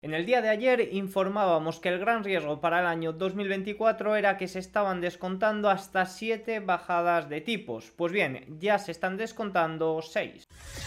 En el día de ayer informábamos que el gran riesgo para el año 2024 era que se estaban descontando hasta 7 bajadas de tipos. Pues bien, ya se están descontando 6.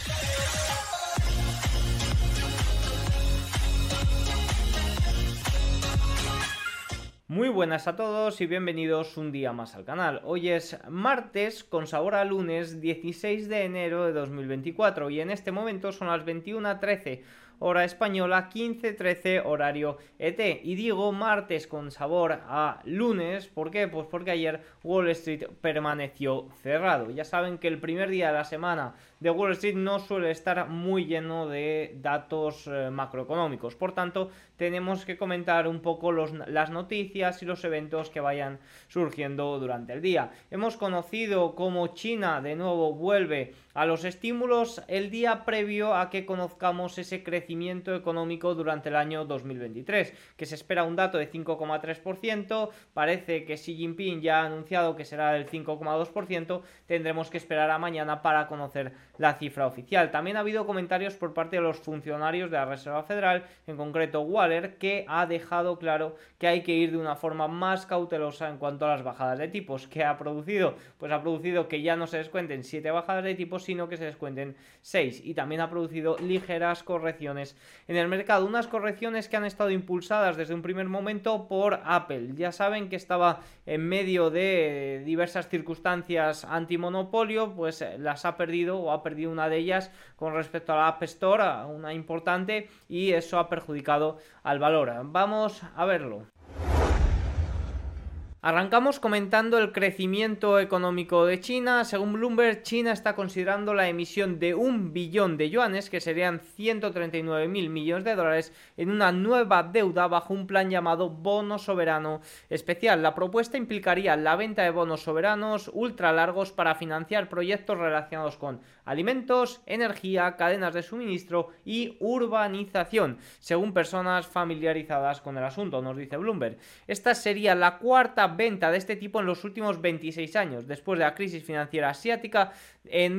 Muy buenas a todos y bienvenidos un día más al canal. Hoy es martes con sabor a lunes 16 de enero de 2024 y en este momento son las 21:13 hora española, 15:13 horario ET. Y digo martes con sabor a lunes, ¿por qué? Pues porque ayer Wall Street permaneció cerrado. Ya saben que el primer día de la semana de Wall Street no suele estar muy lleno de datos macroeconómicos. Por tanto, tenemos que comentar un poco las noticias y los eventos que vayan surgiendo durante el día. Hemos conocido cómo China de nuevo vuelve a los estímulos el día previo a que conozcamos ese crecimiento económico durante el año 2023, que se espera un dato de 5,3%, parece que Xi Jinping ya ha anunciado que será del 5,2%, tendremos que esperar a mañana para conocer la cifra oficial. También ha habido comentarios por parte de los funcionarios de la Reserva Federal, en concreto Waller, que ha dejado claro que hay que ir de una forma más cautelosa en cuanto a las bajadas de tipos. ¿Qué ha producido? Pues ha producido que ya no se descuenten 7 bajadas de tipos, sino que se descuenten 6, y también ha producido ligeras correcciones en el mercado, unas correcciones que han estado impulsadas desde un primer momento por Apple. Ya saben que estaba en medio de diversas circunstancias antimonopolio, pues las ha perdido, o ha perdido una de ellas con respecto a la App Store, una importante, y eso ha perjudicado al valor. Vamos a verlo. Arrancamos comentando el crecimiento económico de China. Según Bloomberg, China está considerando la emisión de 1 billón de yuanes, que serían 139.000 millones de dólares, en una nueva deuda bajo un plan llamado Bono Soberano Especial. La propuesta implicaría la venta de bonos soberanos ultra largos para financiar proyectos relacionados con alimentos, energía, cadenas de suministro y urbanización, según personas familiarizadas con el asunto, nos dice Bloomberg. Esta sería la cuarta venta de este tipo en los últimos 26 años. Después de la crisis financiera asiática, en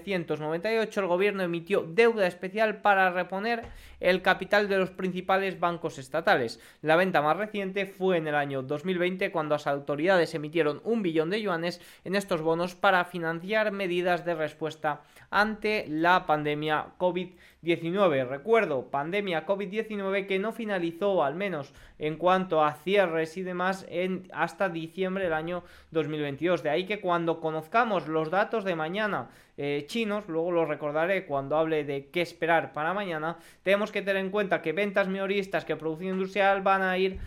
1998 el gobierno emitió deuda especial para reponer el capital de los principales bancos estatales. La venta más reciente fue en el año 2020, cuando las autoridades emitieron 1 billón de yuanes en estos bonos para financiar medidas de respuesta ante la pandemia COVID-19. Recuerdo, pandemia COVID-19 que no finalizó, al menos en cuanto a cierres y demás, hasta diciembre del año 2022. De ahí que cuando conozcamos los datos de mañana chinos, luego lo recordaré cuando hable de qué esperar para mañana, tenemos que tener en cuenta que ventas minoristas, que producción industrial va a ir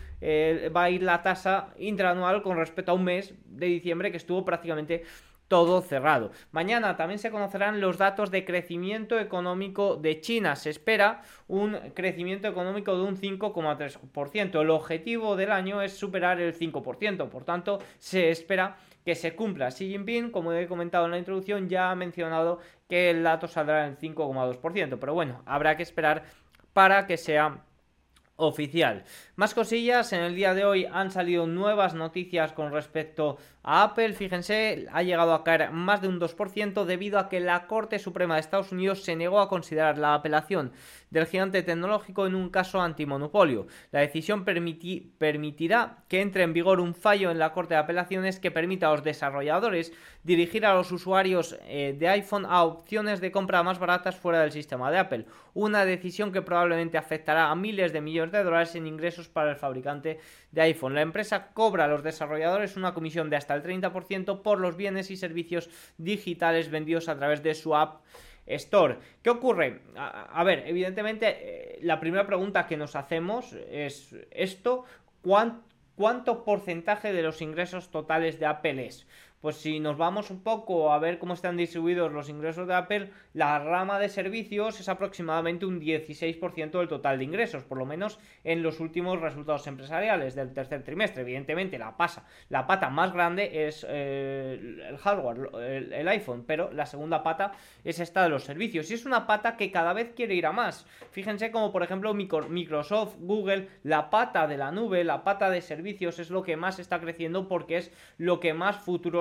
la tasa interanual con respecto a un mes de diciembre que estuvo prácticamente todo cerrado. Mañana también se conocerán los datos de crecimiento económico de China. Se espera un crecimiento económico de un 5,3%. El objetivo del año es superar el 5%. Por tanto, se espera que se cumpla. Xi Jinping, como he comentado en la introducción, ya ha mencionado que el dato saldrá en el 5,2%. Pero bueno, habrá que esperar para que sea oficial. Más cosillas, en el día de hoy han salido nuevas noticias con respecto a Apple. Fíjense, ha llegado a caer más de un 2% debido a que la Corte Suprema de Estados Unidos se negó a considerar la apelación del gigante tecnológico en un caso antimonopolio. La decisión permitirá que entre en vigor un fallo en la Corte de Apelaciones que permita a los desarrolladores dirigir a los usuarios de iPhone a opciones de compra más baratas fuera del sistema de Apple. Una decisión que probablemente afectará a miles de millones de dólares en ingresos para el fabricante de iPhone. La empresa cobra a los desarrolladores una comisión de hasta el 30% por los bienes y servicios digitales vendidos a través de su App Store. ¿Qué ocurre? A ver, evidentemente la primera pregunta que nos hacemos es esto: ¿cuánto porcentaje de los ingresos totales de Apple es? Pues si nos vamos un poco a ver cómo están distribuidos los ingresos de Apple, la rama de servicios es aproximadamente un 16% del total de ingresos, por lo menos en los últimos resultados empresariales del tercer trimestre. Evidentemente la pata más grande es el hardware, el iPhone, pero la segunda pata es esta de los servicios, y es una pata que cada vez quiere ir a más. Fíjense como por ejemplo Microsoft, Google, la pata de la nube, la pata de servicios es lo que más está creciendo porque es lo que más futuros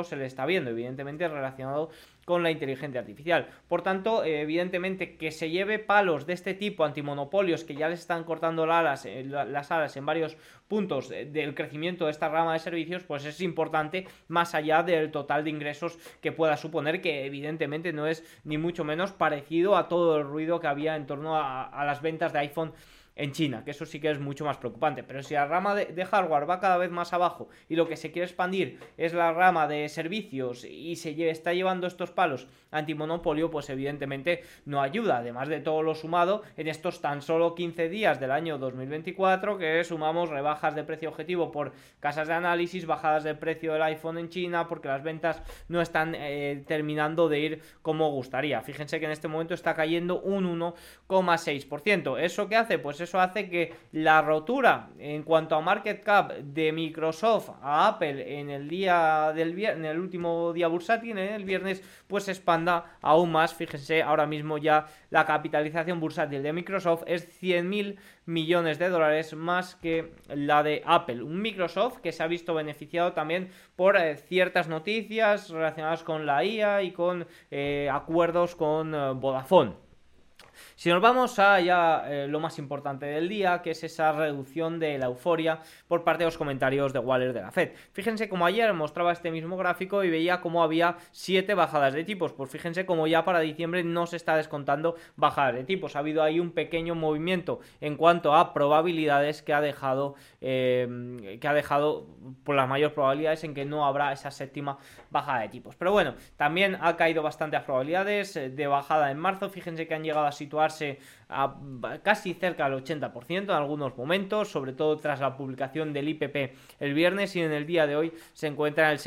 se le está viendo, evidentemente relacionado con la inteligencia artificial. Por tanto, evidentemente que se lleve palos de este tipo, antimonopolios que ya les están cortando las alas en varios puntos del crecimiento de esta rama de servicios, pues es importante, más allá del total de ingresos que pueda suponer, que evidentemente no es ni mucho menos parecido a todo el ruido que había en torno a las ventas de iPhone en China, que eso sí que es mucho más preocupante. Pero si la rama de hardware va cada vez más abajo y lo que se quiere expandir es la rama de servicios y se está llevando estos palos antimonopolio, pues evidentemente no ayuda. Además de todo lo sumado en estos tan solo 15 días del año 2024, que sumamos rebajas de precio objetivo por casas de análisis, bajadas de precio del iPhone en China, porque las ventas no están terminando de ir como gustaría. Fíjense que en este momento está cayendo un 1,6%. ¿Eso qué hace? Pues eso hace que la rotura en cuanto a market cap de Microsoft a Apple en el día del viernes, en el último día bursátil, en el viernes, pues se expanda aún más. Fíjense, ahora mismo ya la capitalización bursátil de Microsoft es 100.000 millones de dólares más que la de Apple. Un Microsoft que se ha visto beneficiado también por ciertas noticias relacionadas con la IA y con acuerdos con Vodafone. Si nos vamos a ya lo más importante del día, que es esa reducción de la euforia por parte de los comentarios de Waller de la Fed. Fíjense como ayer mostraba este mismo gráfico y veía cómo había 7 bajadas de tipos. Pues fíjense como ya para diciembre no se está descontando bajadas de tipos. Ha habido ahí un pequeño movimiento en cuanto a probabilidades que ha dejado por las mayores probabilidades en que no habrá esa séptima bajada de tipos. Pero bueno, también ha caído bastantes probabilidades de bajada en marzo. Fíjense que han llegado a situarse a casi cerca del 80% en algunos momentos, sobre todo tras la publicación del IPP el viernes, y en el día de hoy se encuentra en el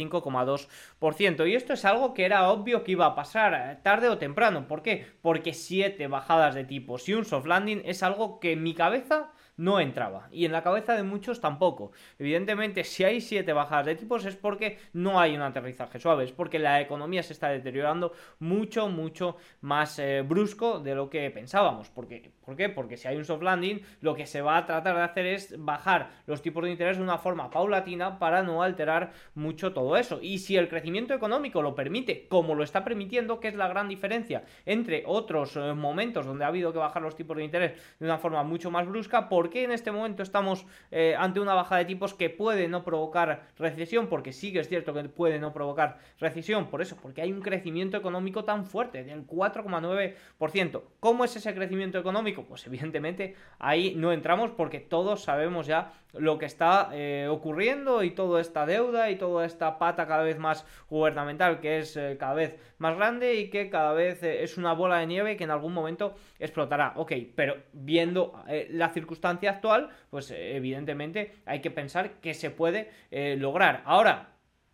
65,2%. Y esto es algo que era obvio que iba a pasar tarde o temprano. ¿Por qué? Porque 7 bajadas de tipos y un soft landing es algo que en mi cabeza no entraba, y en la cabeza de muchos tampoco. Evidentemente, si hay 7 bajadas de tipos es porque no hay un aterrizaje suave, es porque la economía se está deteriorando mucho más brusco de lo que pensábamos. ¿Por qué? Porque si hay un soft landing, lo que se va a tratar de hacer es bajar los tipos de interés de una forma paulatina para no alterar mucho todo eso. Y si el crecimiento económico lo permite, como lo está permitiendo, que es la gran diferencia entre otros momentos donde ha habido que bajar los tipos de interés de una forma mucho más brusca, ¿por qué en este momento estamos ante una bajada de tipos que puede no provocar recesión? Porque sí que es cierto que puede no provocar recesión, por eso, porque hay un crecimiento económico tan fuerte, del 4,9%. ¿Cómo es ese crecimiento económico? Pues evidentemente ahí no entramos, porque todos sabemos ya lo que está ocurriendo, y toda esta deuda y toda esta pata cada vez más gubernamental, que es cada vez más grande y que cada vez es una bola de nieve que en algún momento explotará. Ok, pero viendo la circunstancia actual, pues evidentemente hay que pensar que se puede lograr. Ahora,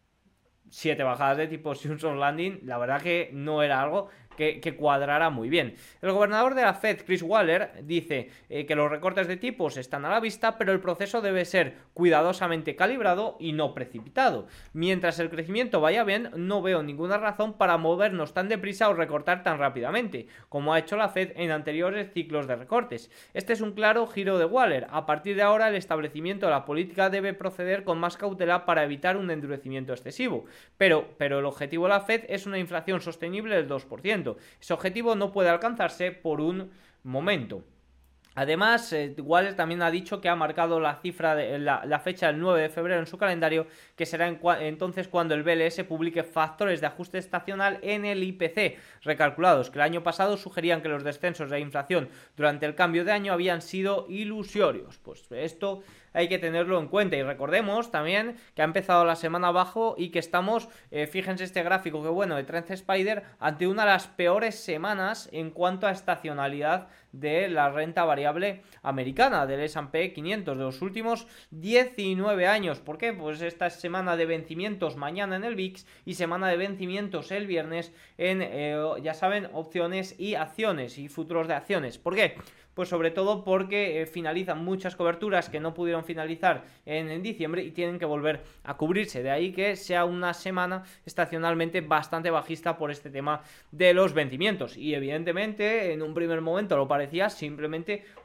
7 bajadas de tipos y un soft landing, la verdad que no era algo que cuadrará muy bien. El gobernador de la Fed, Chris Waller, dice que los recortes de tipos están a la vista, pero el proceso debe ser cuidadosamente calibrado y no precipitado. Mientras el crecimiento vaya bien, no veo ninguna razón para movernos tan deprisa o recortar tan rápidamente, como ha hecho la Fed en anteriores ciclos de recortes. Este es un claro giro de Waller. A partir de ahora, el establecimiento de la política debe proceder con más cautela para evitar un endurecimiento excesivo. Pero el objetivo de la Fed es una inflación sostenible del 2%. Ese objetivo no puede alcanzarse por un momento. Además, Waller también ha dicho que ha marcado la cifra de la fecha del 9 de febrero en su calendario, que será entonces cuando el BLS publique factores de ajuste estacional en el IPC recalculados, que el año pasado sugerían que los descensos de inflación durante el cambio de año habían sido ilusorios. Pues esto hay que tenerlo en cuenta, y recordemos también que ha empezado la semana abajo y que estamos, fíjense este gráfico que bueno, de Trend Spider, ante una de las peores semanas en cuanto a estacionalidad de la renta variable americana, del S&P 500 de los últimos 19 años. ¿Por qué? Pues esta semana de vencimientos mañana en el VIX y semana de vencimientos el viernes en, ya saben, opciones y acciones y futuros de acciones. ¿Por qué? Pues sobre todo porque finalizan muchas coberturas que no pudieron finalizar en diciembre y tienen que volver a cubrirse. De ahí que sea una semana estacionalmente bastante bajista por este tema de los vencimientos. Y evidentemente en un primer momento lo parecía simplemente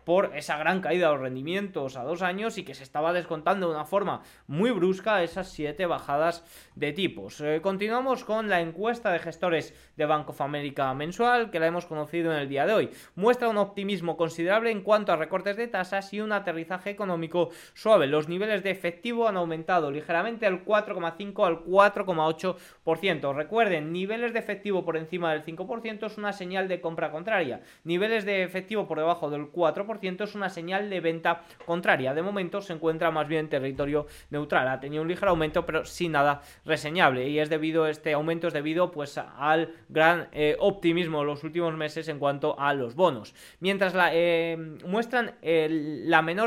por esa gran caída de los rendimientos a 2 años y que se estaba descontando de una forma muy brusca esas 7 bajadas de tipos. Continuamos con la encuesta de gestores de Bank of America mensual, que la hemos conocido en el día de hoy. Muestra un optimismo considerable en cuanto a recortes de tasas y un aterrizaje económico suave. Los niveles de efectivo han aumentado ligeramente al 4,5 al 4,8%. Recuerden, niveles de efectivo por encima del 5% es una señal de compra contraria. Niveles de efectivo por debajo del 4% es una señal de venta contraria. De momento se encuentra más bien en territorio neutral. Ha tenido un ligero aumento, pero sin nada reseñable. Y este aumento es debido pues al gran optimismo de los últimos meses en cuanto a los bonos. Mientras muestran el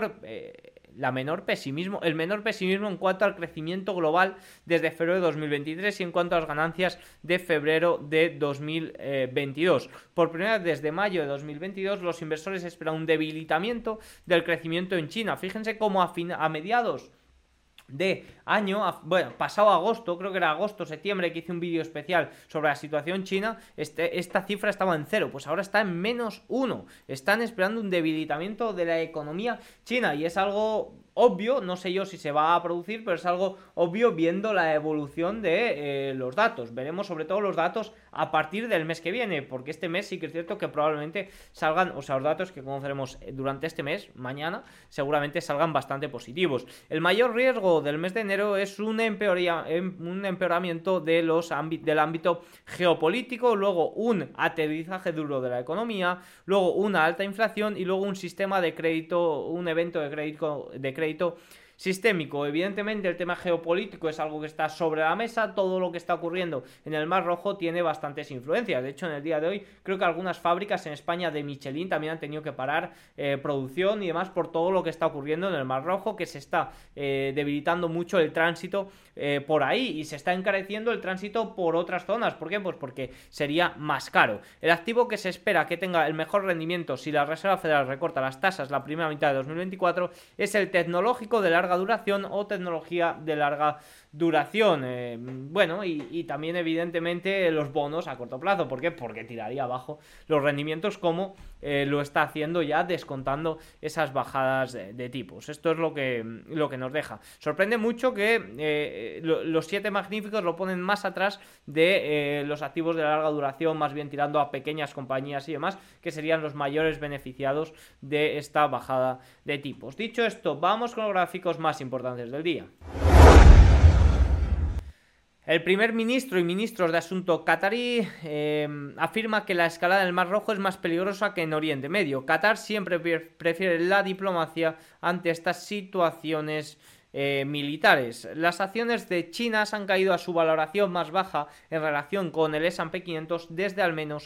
menor pesimismo en cuanto al crecimiento global desde febrero de 2023 y en cuanto a las ganancias de febrero de 2022. Por primera vez desde mayo de 2022 los inversores esperan un debilitamiento del crecimiento en China. Fíjense cómo a mediados de año, pasado agosto, creo que era agosto-septiembre, que hice un vídeo especial sobre la situación china, esta cifra estaba en 0, pues ahora está en -1. Están esperando un debilitamiento de la economía china y es algo obvio, no sé yo si se va a producir, pero es algo obvio viendo la evolución de los datos. Veremos sobre todo los datos a partir del mes que viene, porque este mes sí que es cierto que probablemente salgan, o sea, los datos que conoceremos durante este mes, mañana, seguramente salgan bastante positivos. El mayor riesgo del mes de enero es un empeoramiento del ámbito geopolítico, luego un aterrizaje duro de la economía, luego una alta inflación y luego un sistema de crédito, un evento de crédito sistémico. Evidentemente el tema geopolítico es algo que está sobre la mesa. Todo lo que está ocurriendo en el Mar Rojo tiene bastantes influencias. De hecho, en el día de hoy creo que algunas fábricas en España de Michelin también han tenido que parar producción y demás por todo lo que está ocurriendo en el Mar Rojo, que se está debilitando mucho el tránsito por ahí y se está encareciendo el tránsito por otras zonas. ¿Por qué? Pues porque sería más caro. El activo que se espera que tenga el mejor rendimiento si la Reserva Federal recorta las tasas la primera mitad de 2024 es el tecnológico de larga duración o tecnología de larga duración. Y también evidentemente los bonos a corto plazo. ¿Por qué? Porque tiraría abajo los rendimientos como lo está haciendo ya descontando esas bajadas de tipos. Esto es lo que nos deja. Sorprende mucho que los 7 magníficos lo ponen más atrás de los activos de larga duración, más bien tirando a pequeñas compañías y demás, que serían los mayores beneficiados de esta bajada de tipos. Dicho esto, vamos con los gráficos más importantes del día. El primer ministro y ministros de Asunto catarí afirma que la escalada en el Mar Rojo es más peligrosa que en Oriente Medio. Qatar siempre prefiere la diplomacia ante estas situaciones militares. Las acciones de China han caído a su valoración más baja en relación con el S&P 500 desde al menos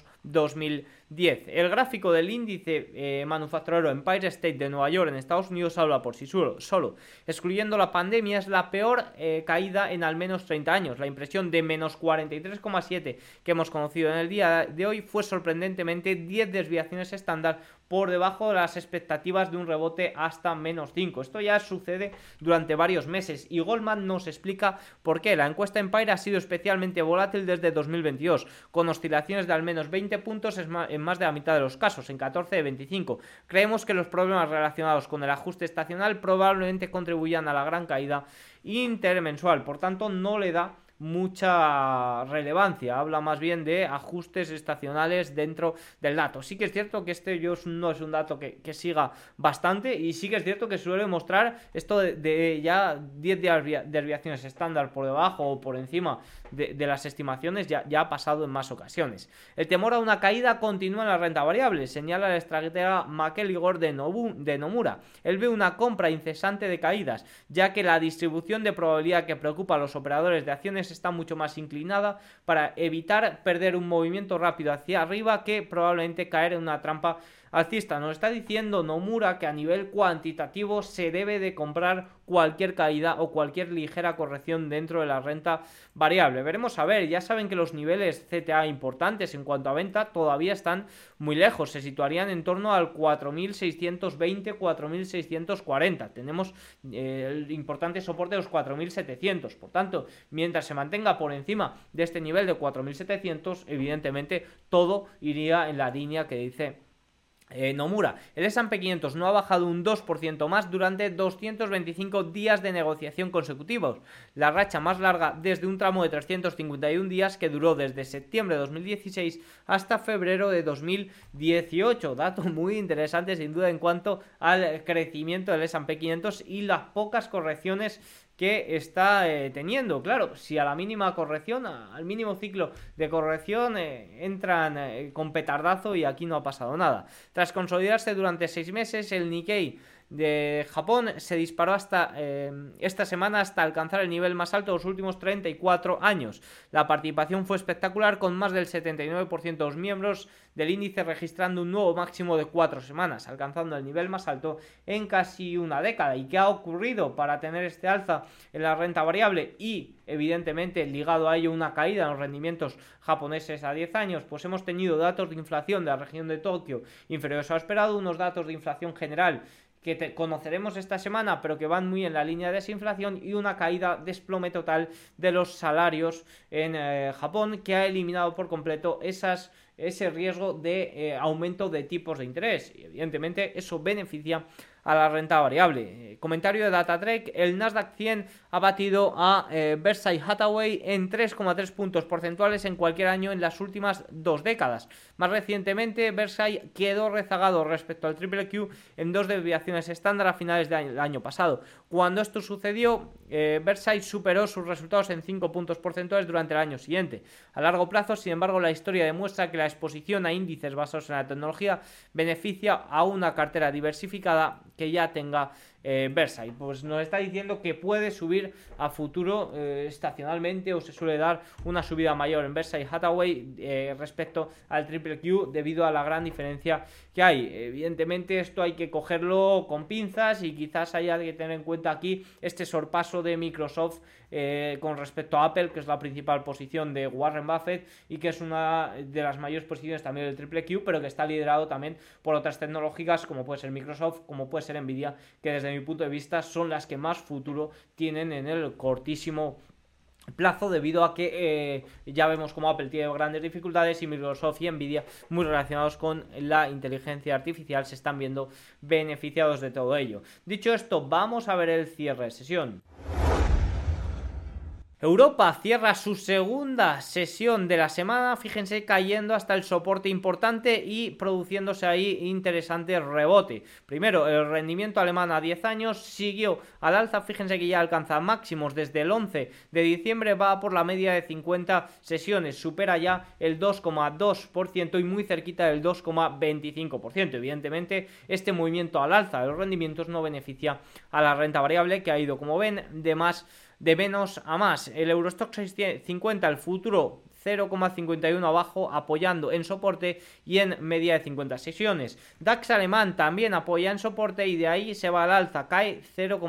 2010. El gráfico del índice manufacturero Empire State de Nueva York en Estados Unidos habla por sí solo. Excluyendo la pandemia, es la peor caída en al menos 30 años. La impresión de menos 43,7 que hemos conocido en el día de hoy fue sorprendentemente 10 desviaciones estándar por debajo de las expectativas de un rebote hasta menos 5. Esto ya sucede durante varios meses y Goldman nos explica por qué. La encuesta Empire ha sido especialmente volátil desde 2022, con oscilaciones de al menos 20 puntos en más de la mitad de los casos, en 14 de 25. Creemos que los problemas relacionados con el ajuste estacional probablemente contribuyan a la gran caída intermensual, por tanto no le da mucha relevancia, habla más bien de ajustes estacionales dentro del dato. Sí que es cierto que no es un dato que siga bastante y sí que es cierto que suele mostrar esto de ya 10 desviaciones estándar por debajo o por encima de las estimaciones ya ha pasado en más ocasiones. El temor a una caída continúa en la renta variable, señala el estratega McElligor de Nomura. Él ve una compra incesante de caídas, ya que la distribución de probabilidad que preocupa a los operadores de acciones está mucho más inclinada para evitar perder un movimiento rápido hacia arriba que probablemente caer en una trampa alcista. Nos está diciendo Nomura que a nivel cuantitativo se debe de comprar cualquier caída o cualquier ligera corrección dentro de la renta variable. Veremos a ver, ya saben que los niveles CTA importantes en cuanto a venta todavía están muy lejos, se situarían en torno al 4.620, 4.640. Tenemos el importante soporte de los 4.700, por tanto, mientras se mantenga por encima de este nivel de 4.700, evidentemente todo iría en la línea que dice Nomura, el S&P 500 no ha bajado un 2% más durante 225 días de negociación consecutivos, la racha más larga desde un tramo de 351 días que duró desde septiembre de 2016 hasta febrero de 2018. Dato muy interesante sin duda en cuanto al crecimiento del S&P 500 y las pocas correcciones que está teniendo. Claro, si a la mínima corrección, al mínimo ciclo de corrección, entran con petardazo y aquí no ha pasado nada. Tras consolidarse durante 6 meses, el Nikkei de Japón se disparó esta semana hasta alcanzar el nivel más alto de los últimos 34 años. La participación fue espectacular, con más del 79% de los miembros del índice registrando un nuevo máximo de 4 semanas, alcanzando el nivel más alto en casi una década. ¿Y qué ha ocurrido para tener este alza en la renta variable y evidentemente ligado a ello una caída en los rendimientos japoneses a 10 años? Pues hemos tenido datos de inflación de la región de Tokio inferiores a lo esperado, unos datos de inflación general que conoceremos esta semana, pero que van muy en la línea de desinflación, y una caída desplome total de los salarios en Japón, que ha eliminado por completo ese riesgo de aumento de tipos de interés. Y evidentemente eso beneficia a la renta variable. Comentario de DataTrek: el Nasdaq 100 ha batido a Berkshire Hathaway en 3,3 puntos porcentuales en cualquier año en las últimas 2 décadas. Más recientemente, Berkshire quedó rezagado respecto al QQQ en 2 desviaciones estándar a finales del año pasado. Cuando esto sucedió, Berkshire superó sus resultados en 5 puntos porcentuales durante el año siguiente. A largo plazo, sin embargo, la historia demuestra que la exposición a índices basados en la tecnología beneficia a una cartera diversificada que ya tenga Berkshire. Pues nos está diciendo que puede subir a futuro estacionalmente, o se suele dar una subida mayor en Berkshire Hathaway respecto al QQQ debido a la gran diferencia que hay. Evidentemente esto hay que cogerlo con pinzas y quizás haya que tener en cuenta aquí este sorpaso de Microsoft con respecto a Apple, que es la principal posición de Warren Buffett y que es una de las mayores posiciones también del QQQ, pero que está liderado también por otras tecnológicas como puede ser Microsoft, como puede ser Nvidia, que desde mi punto de vista son las que más futuro tienen en el cortísimo plazo, debido a que ya vemos como Apple tiene grandes dificultades y Microsoft y Nvidia, muy relacionados con la inteligencia artificial, se están viendo beneficiados de todo ello. Dicho esto, vamos a ver el cierre de sesión. Europa cierra su segunda sesión de la semana, fíjense, cayendo hasta el soporte importante y produciéndose ahí interesante rebote. Primero, el rendimiento alemán a 10 años siguió al alza, fíjense que ya alcanza máximos desde el 11 de diciembre, va por la media de 50 sesiones, supera ya el 2,2% y muy cerquita del 2,25%. Evidentemente, este movimiento al alza de los rendimientos no beneficia a la renta variable, que ha ido, como ven, de menos a más. El Eurostoxx 650, el futuro, 0,51 abajo, apoyando en soporte y en media de 50 sesiones. DAX alemán también apoya en soporte y de ahí se va al alza, cae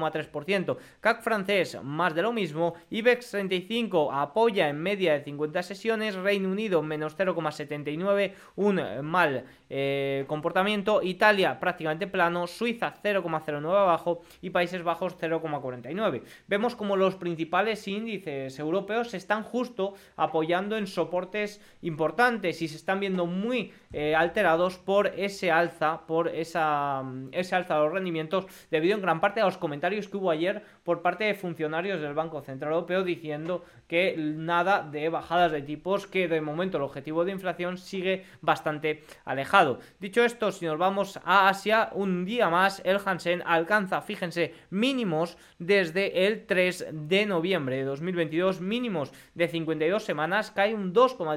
0,3%. CAC francés, más de lo mismo. IBEX 35 apoya en media de 50 sesiones. Reino Unido, menos 0,79, un mal comportamiento. Italia prácticamente plano. Suiza 0,09 abajo y Países Bajos 0,49. Vemos como los principales índices europeos se están justo apoyando en soportes importantes y se están viendo muy alterados por ese alza, ese alza de los rendimientos, debido en gran parte a los comentarios que hubo ayer por parte de funcionarios del Banco Central Europeo diciendo que nada de bajadas de tipos, que de momento el objetivo de inflación sigue bastante alejado. Dicho esto, si nos vamos a Asia, un día más el Hansen alcanza, fíjense, mínimos desde el 3 de noviembre de 2022, mínimos de 52 semanas, cae un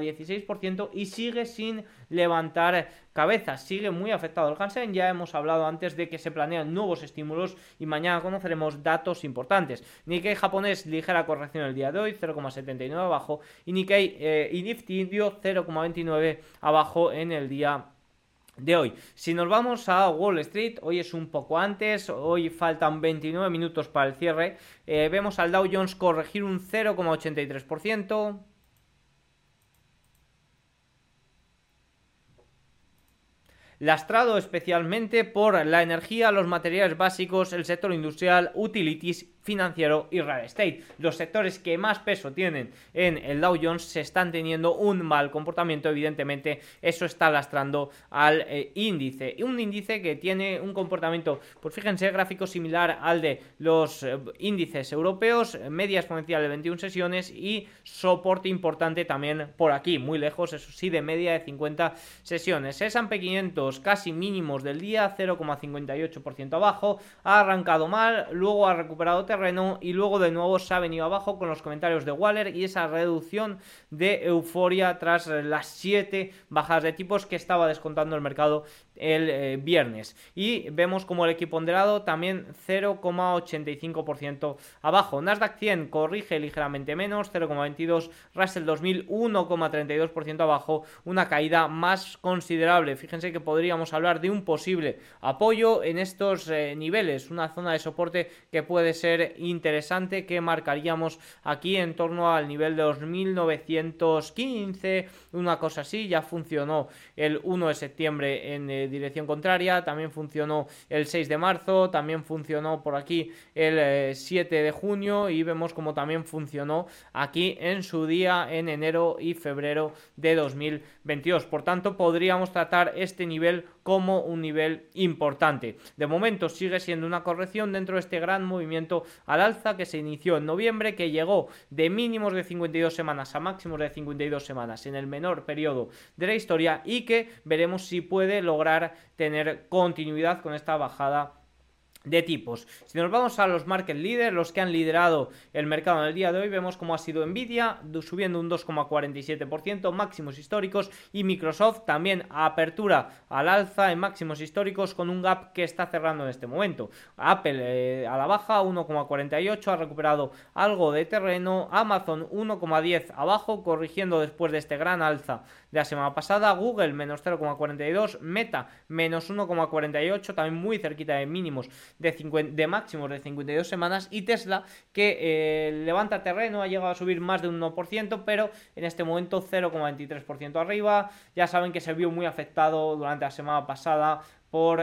2,16% y sigue sin levantar cabezas, sigue muy afectado el Hansen. Ya hemos hablado antes de que se planean nuevos estímulos y mañana conoceremos datos importantes. Nikkei japonés, ligera corrección el día de hoy, 0,79 abajo, y Nikkei y Nifty indio 0,29 abajo en el día de hoy. Si nos vamos a Wall Street, hoy es un poco antes, hoy faltan 29 minutos para el cierre. Vemos al Dow Jones corregir un 0,83%. Lastrado especialmente por la energía, los materiales básicos, el sector industrial, utilities financiero y real estate. Los sectores que más peso tienen en el Dow Jones se están teniendo un mal comportamiento, evidentemente eso está lastrando al índice. Un índice que tiene un comportamiento, pues fíjense, gráfico similar al de los índices europeos, media exponencial de 21 sesiones y soporte importante también por aquí, muy lejos, eso sí, de media de 50 sesiones. S&P 500 casi mínimos del día, 0,58% abajo, ha arrancado mal, luego ha recuperado terreno y luego de nuevo se ha venido abajo con los comentarios de Waller y esa reducción de euforia tras las 7 bajadas de tipos que estaba descontando el mercado el viernes. Y vemos como el equiponderado también 0,85% abajo. Nasdaq 100 corrige ligeramente menos, 0,22%, Russell 2000 1,32% abajo, una caída más considerable. Fíjense que podríamos hablar de un posible apoyo en estos niveles, una zona de soporte que puede ser interesante, que marcaríamos aquí en torno al nivel de 2915, una cosa así. Ya funcionó el 1 de septiembre en dirección contraria, también funcionó el 6 de marzo, también funcionó por aquí el 7 de junio y vemos como también funcionó aquí en su día en enero y febrero de 2022. Por tanto, podríamos tratar este nivel como un nivel importante. De momento sigue siendo una corrección dentro de este gran movimiento al alza que se inició en noviembre, que llegó de mínimos de 52 semanas a máximos de 52 semanas en el menor periodo de la historia y que veremos si puede lograr tener continuidad con esta bajada de tipos. Si nos vamos a los market leaders, los que han liderado el mercado en el día de hoy, vemos cómo ha sido Nvidia subiendo un 2,47%, máximos históricos, y Microsoft también a apertura al alza en máximos históricos con un gap que está cerrando en este momento. Apple a la baja 1,48, ha recuperado algo de terreno. Amazon 1,10 abajo, corrigiendo después de este gran alza de la semana pasada. Google menos 0,42, Meta menos 1,48, también muy cerquita de mínimos de máximos de 52 semanas, y Tesla que levanta terreno, ha llegado a subir más de un 1%, pero en este momento 0,23% arriba. Ya saben que se vio muy afectado durante la semana pasada por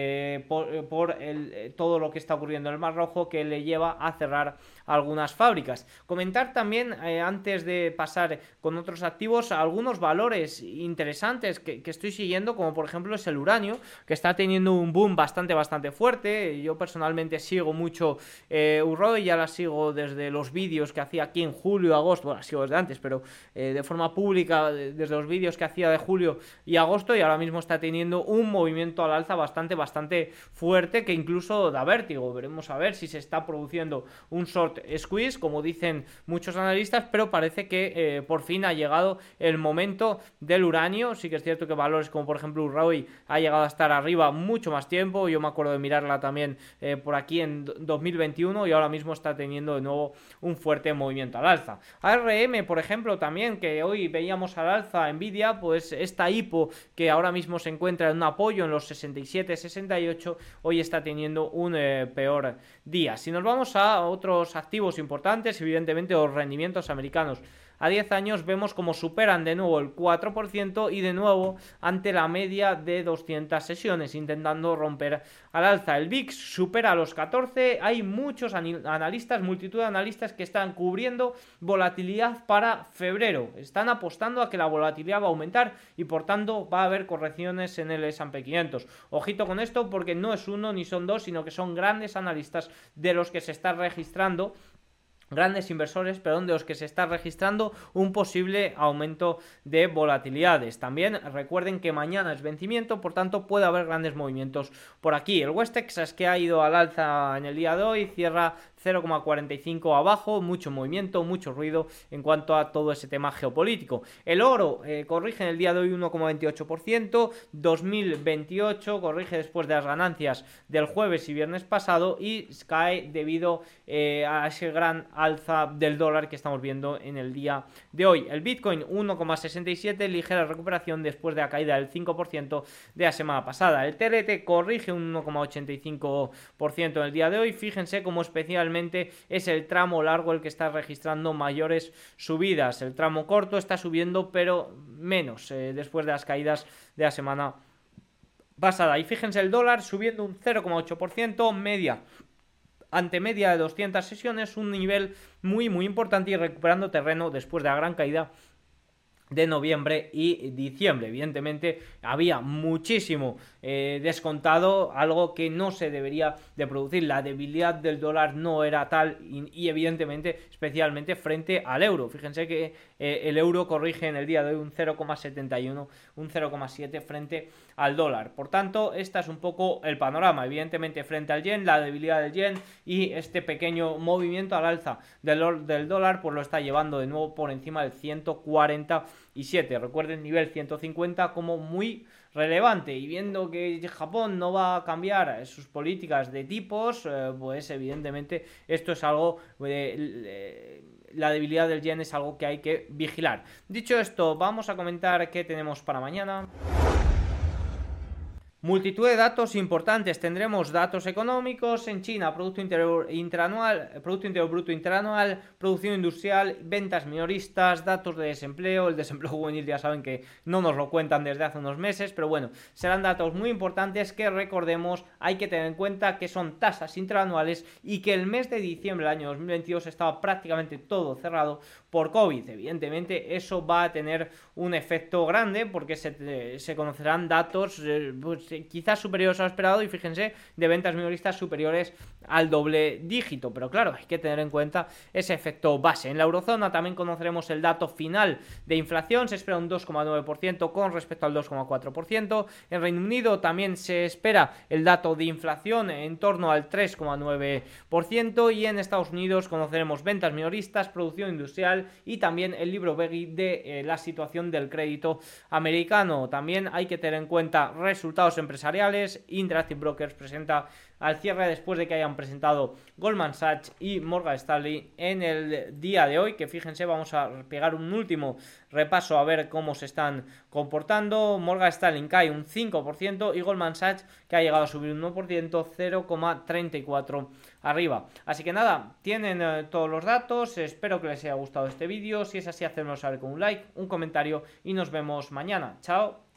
todo lo que está ocurriendo en el Mar Rojo, que le lleva a cerrar algunas fábricas. Comentar también, antes de pasar con otros activos, algunos valores interesantes que estoy siguiendo, como por ejemplo es el uranio, que está teniendo un boom bastante fuerte. Yo personalmente sigo mucho Urroy, ya la sigo desde los vídeos que hacía aquí en julio, agosto, bueno, la sigo desde antes, pero de forma pública desde los vídeos que hacía de julio y agosto, y ahora mismo está teniendo un movimiento al alza bastante fuerte, que incluso da vértigo. Veremos a ver si se está produciendo un short squeeze, como dicen muchos analistas, pero parece que por fin ha llegado el momento del uranio. Sí que es cierto que valores como por ejemplo Urroy ha llegado a estar arriba mucho más tiempo. Yo me acuerdo de mirarla también por aquí en 2021, y ahora mismo está teniendo de nuevo un fuerte movimiento al alza. ARM, por ejemplo, también, que hoy veíamos al alza. Nvidia, pues esta hipo que ahora mismo se encuentra en un apoyo en los 67-68, hoy está teniendo un peor día. Si nos vamos a otros activos importantes, evidentemente los rendimientos americanos a 10 años vemos como superan de nuevo el 4% y de nuevo ante la media de 200 sesiones, intentando romper al alza. El VIX supera los 14, hay muchos analistas, multitud de analistas que están cubriendo volatilidad para febrero, están apostando a que la volatilidad va a aumentar y por tanto va a haber correcciones en el S&P 500. Ojito con esto, porque no es uno ni son dos, sino que son grandes analistas de los que se está registrando, grandes inversores, perdón, de los que se está registrando un posible aumento de volatilidades. También recuerden que mañana es vencimiento, por tanto puede haber grandes movimientos por aquí. El West Texas, que ha ido al alza en el día de hoy, cierra 0,45 abajo, mucho movimiento, mucho ruido en cuanto a todo ese tema geopolítico. El oro corrige en el día de hoy 1,28%, 2028 corrige después de las ganancias del jueves y viernes pasado y cae debido a ese gran alza del dólar que estamos viendo en el día de hoy. El Bitcoin 1,67, ligera recuperación después de la caída del 5% de la semana pasada. El TLT corrige un 1,85% en el día de hoy. Fíjense cómo especialmente es el tramo largo el que está registrando mayores subidas. El tramo corto está subiendo, pero menos después de las caídas de la semana pasada. Y fíjense el dólar subiendo un 0,8%, media ante media de 200 sesiones, un nivel muy importante y recuperando terreno después de la gran caída de noviembre y diciembre. Evidentemente había muchísimo descontado, algo que no se debería de producir. La debilidad del dólar no era tal y evidentemente especialmente frente al euro. Fíjense que el euro corrige en el día de hoy un 0,71, un 0,7 frente al dólar. Por tanto, este es un poco el panorama. Evidentemente frente al yen, la debilidad del yen y este pequeño movimiento al alza del dólar pues lo está llevando de nuevo por encima del 147. Recuerden nivel 150 como muy relevante, y viendo que Japón no va a cambiar sus políticas de tipos, pues evidentemente esto es algo la debilidad del yen es algo que hay que vigilar. Dicho esto, vamos a comentar qué tenemos para mañana. Multitud de datos importantes. Tendremos datos económicos en China, Producto Interior Bruto Interanual, producción industrial, ventas minoristas, datos de desempleo. El desempleo juvenil ya saben que no nos lo cuentan desde hace unos meses, pero bueno, serán datos muy importantes que, recordemos, hay que tener en cuenta que son tasas interanuales y que el mes de diciembre del año 2022 estaba prácticamente todo cerrado por COVID. Evidentemente eso va a tener un efecto grande porque se conocerán datos quizás superiores a lo esperado, y fíjense, de ventas minoristas superiores al doble dígito, pero claro, hay que tener en cuenta ese efecto base. En la eurozona también conoceremos el dato final de inflación, se espera un 2,9% con respecto al 2,4%. En Reino Unido también se espera el dato de inflación en torno al 3,9%, y en Estados Unidos conoceremos ventas minoristas, producción industrial y también el libro Beggy de la situación del crédito americano. También hay que tener en cuenta resultados empresariales. Interactive Brokers presenta al cierre, después de que hayan presentado Goldman Sachs y Morgan Stanley en el día de hoy, que fíjense, vamos a pegar un último repaso a ver cómo se están comportando. Morgan Stanley cae un 5% y Goldman Sachs, que ha llegado a subir un 1%, 0,34 arriba. Así que nada, tienen todos los datos. Espero que les haya gustado este vídeo. Si es así, hacedmelo saber con un like, un comentario y nos vemos mañana. Chao.